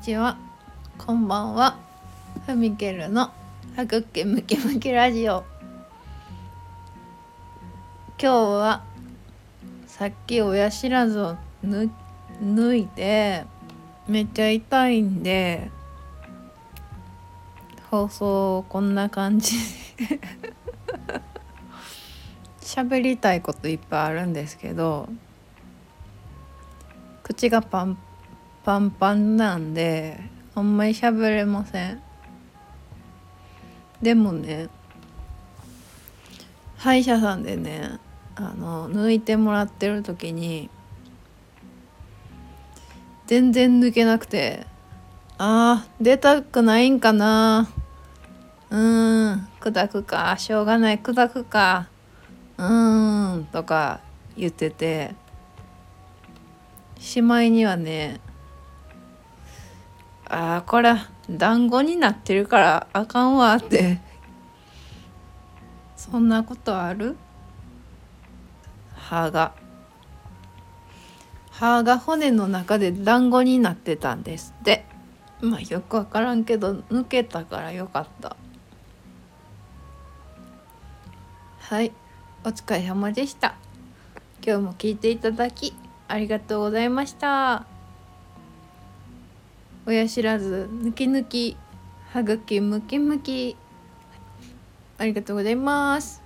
ちは、こんばんは。ふみけるのはぐっきムキムキラジオ。今日はさっき親知らずを抜いてめっちゃ痛いんで、放送こんな感じで喋りたいこといっぱいあるんですけど、口がパンパンなんであんまり喋れません。でもね、歯医者さんでね、抜いてもらってる時に全然抜けなくて、出たくないんかな、砕くか、しょうがない、砕くか、とか言ってて、しまいにはね、これ団子になってるからあかんわってそんなことある？歯が骨の中で団子になってたんですって。よくわからんけど抜けたからよかった。はい、お疲れ様でした。今日も聞いていただきありがとうございました。親知らず抜き抜き、歯茎ムキムキ、ありがとうございます。